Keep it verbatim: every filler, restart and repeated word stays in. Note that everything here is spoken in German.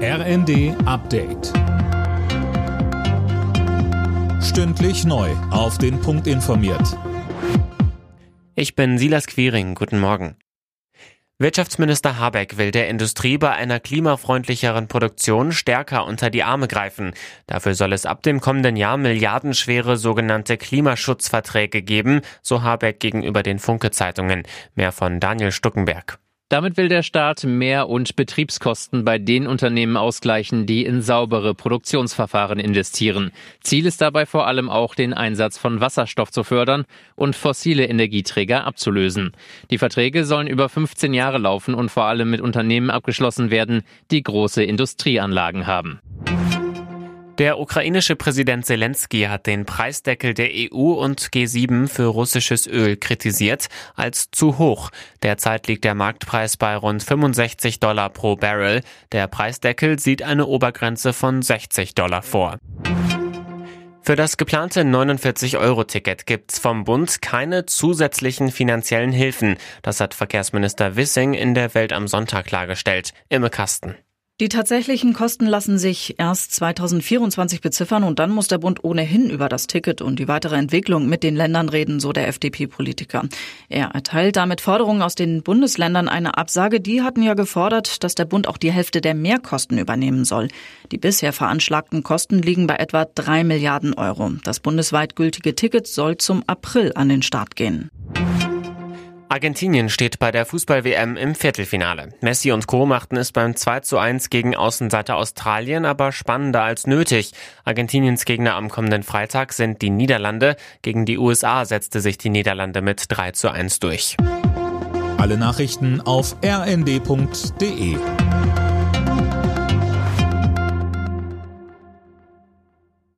R N D Update. Stündlich neu auf den Punkt informiert. Ich bin Silas Quiring. Guten Morgen. Wirtschaftsminister Habeck will der Industrie bei einer klimafreundlicheren Produktion stärker unter die Arme greifen. Dafür soll es ab dem kommenden Jahr milliardenschwere sogenannte Klimaschutzverträge geben, so Habeck gegenüber den Funke-Zeitungen. Mehr von Daniel Stuckenberg. Damit will der Staat Mehr- und Betriebskosten bei den Unternehmen ausgleichen, die in saubere Produktionsverfahren investieren. Ziel ist dabei vor allem auch, den Einsatz von Wasserstoff zu fördern und fossile Energieträger abzulösen. Die Verträge sollen über fünfzehn Jahre laufen und vor allem mit Unternehmen abgeschlossen werden, die große Industrieanlagen haben. Der ukrainische Präsident Zelensky hat den Preisdeckel der E U und G sieben für russisches Öl kritisiert als zu hoch. Derzeit liegt der Marktpreis bei rund fünfundsechzig Dollar pro Barrel. Der Preisdeckel sieht eine Obergrenze von sechzig Dollar vor. Für das geplante neunundvierzig Euro Ticket gibt's vom Bund keine zusätzlichen finanziellen Hilfen. Das hat Verkehrsminister Wissing in der Welt am Sonntag klargestellt. Imme Kasten. Die tatsächlichen Kosten lassen sich erst zweitausendvierundzwanzig beziffern und dann muss der Bund ohnehin über das Ticket und die weitere Entwicklung mit den Ländern reden, so der F D P-Politiker. Er erteilt damit Forderungen aus den Bundesländern eine Absage. Die hatten ja gefordert, dass der Bund auch die Hälfte der Mehrkosten übernehmen soll. Die bisher veranschlagten Kosten liegen bei etwa drei Milliarden Euro. Das bundesweit gültige Ticket soll zum April an den Start gehen. Argentinien steht bei der Fußball-W M im Viertelfinale. Messi und Co. machten es beim zwei zu eins gegen Außenseiter Australien, aber spannender als nötig. Argentiniens Gegner am kommenden Freitag sind die Niederlande. Gegen die U S A setzte sich die Niederlande mit drei zu eins durch. Alle Nachrichten auf r n d punkt d e.